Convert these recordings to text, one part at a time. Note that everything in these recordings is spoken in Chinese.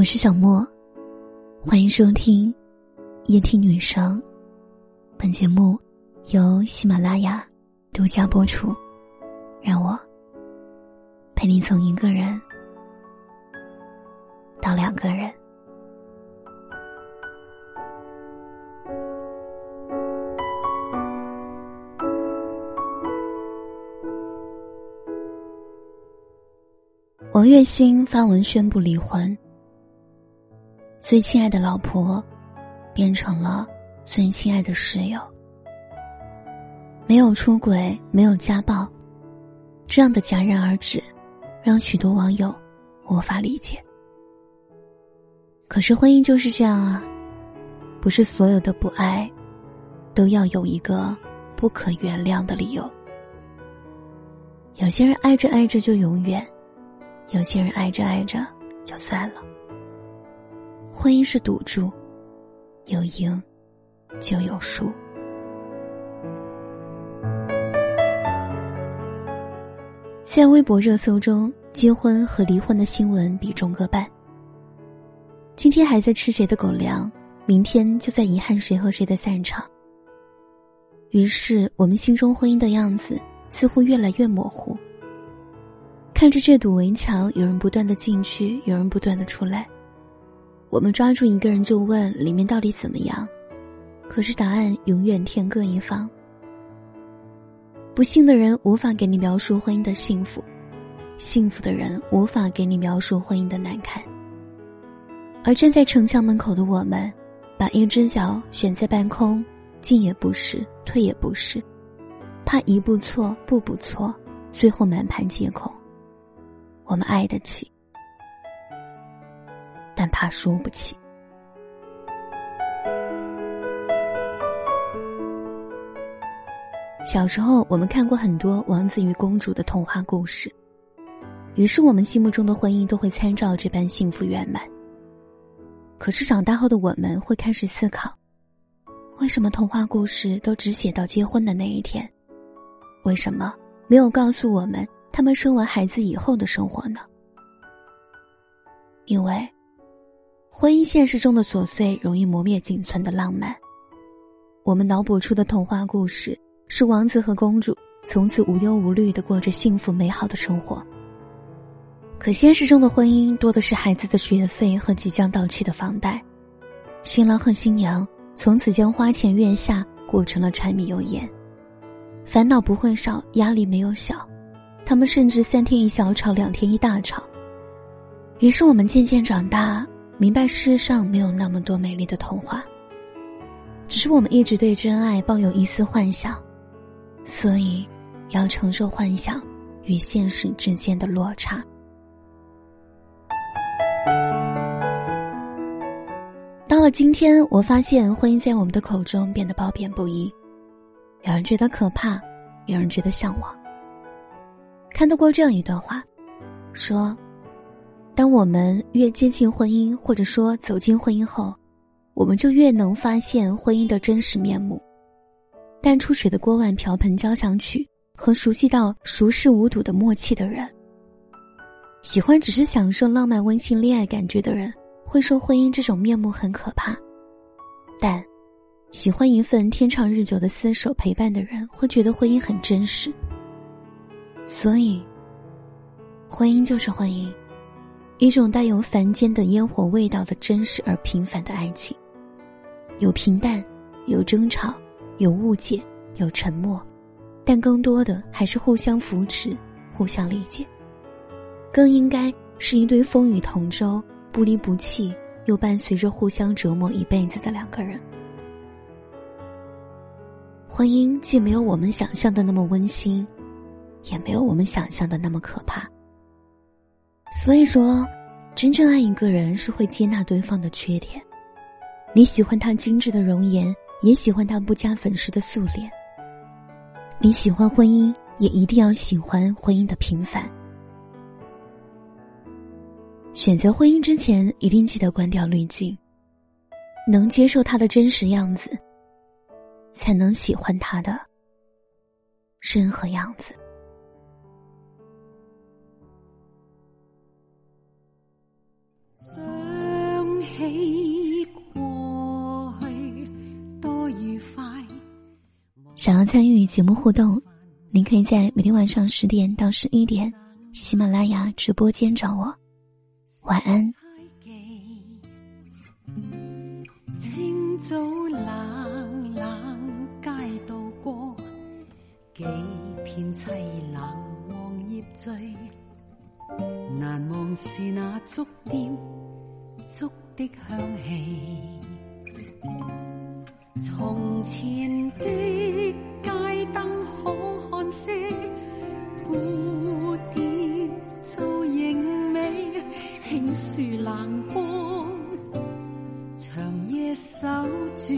我是小莫，欢迎收听夜听女生。本节目由喜马拉雅独家播出，让我陪你从一个人到两个人。王栎鑫发文宣布离婚，最亲爱的老婆变成了最亲爱的室友。没有出轨，没有家暴，这样的戛然而止让许多网友无法理解。可是婚姻就是这样啊，不是所有的不爱都要有一个不可原谅的理由。有些人爱着爱着就永远，有些人爱着爱着就算了。婚姻是赌注，有赢就有输。在微博热搜中，结婚和离婚的新闻比中各半。今天还在吃谁的狗粮，明天就在遗憾谁和谁的散场。于是我们心中婚姻的样子似乎越来越模糊。看着这堵围墙，有人不断的进去，有人不断的出来。我们抓住一个人就问里面到底怎么样，可是答案永远天各一方。不幸的人无法给你描述婚姻的幸福，幸福的人无法给你描述婚姻的难堪。而站在城墙门口的我们，把一只脚选在半空，进也不是，退也不是，怕一步错，步步错，最后满盘皆空。我们爱得起，但怕输不起。小时候我们看过很多王子与公主的童话故事，于是我们心目中的婚姻都会参照这般幸福圆满。可是长大后的我们会开始思考，为什么童话故事都只写到结婚的那一天？为什么没有告诉我们他们生完孩子以后的生活呢？因为婚姻现实中的琐碎容易磨灭仅存的浪漫。我们脑补出的童话故事是王子和公主从此无忧无虑地过着幸福美好的生活，可现实中的婚姻多的是孩子的学费和即将到期的房贷。新郎和新娘从此将花前月下过成了柴米油盐，烦恼不会少，压力没有小，他们甚至3天一小吵，2天一大吵。于是我们渐渐长大，明白世上没有那么多美丽的童话，只是我们一直对真爱抱有一丝幻想，所以要承受幻想与现实之间的落差。到了今天，我发现婚姻在我们的口中变得褒贬不一，有人觉得可怕，有人觉得向往。看到过这样一段话，说当我们越接近婚姻，或者说走进婚姻后，我们就越能发现婚姻的真实面目。淡出水的锅碗瓢盆交响曲和熟悉到熟视无睹的默契的人，喜欢只是享受浪漫温馨恋爱感觉的人会说婚姻这种面目很可怕，但喜欢一份天长日久的厮守陪伴的人会觉得婚姻很真实。所以婚姻就是婚姻，一种带有凡间的烟火味道的真实而平凡的爱情，有平淡，有争吵，有误解，有沉默，但更多的还是互相扶持，互相理解。更应该是一对风雨同舟，不离不弃，又伴随着互相折磨一辈子的两个人。婚姻既没有我们想象的那么温馨，也没有我们想象的那么可怕。所以说，真正爱一个人是会接纳对方的缺点，你喜欢他精致的容颜，也喜欢他不加粉饰的素脸。你喜欢婚姻，也一定要喜欢婚姻的平凡。选择婚姻之前，一定记得关掉滤镜，能接受他的真实样子，才能喜欢他的任何样子。 起过去多愉快。 想要参与节目互动，您可以在每天晚上10点到11点喜马拉雅直播间找我。晚安。 清早冷冷街道过，几片凄冷黃葉醉，難忘是那觸點燭的香氣。從前的街燈可看些古典造型美，輕樹冷光長夜守住。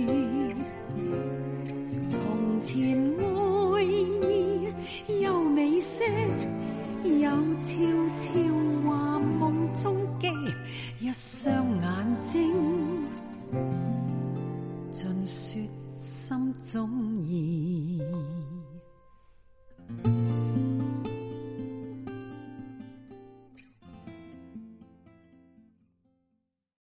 從前愛意優美些，有悄悄話夢中記，一雙眼睛盡說心中意。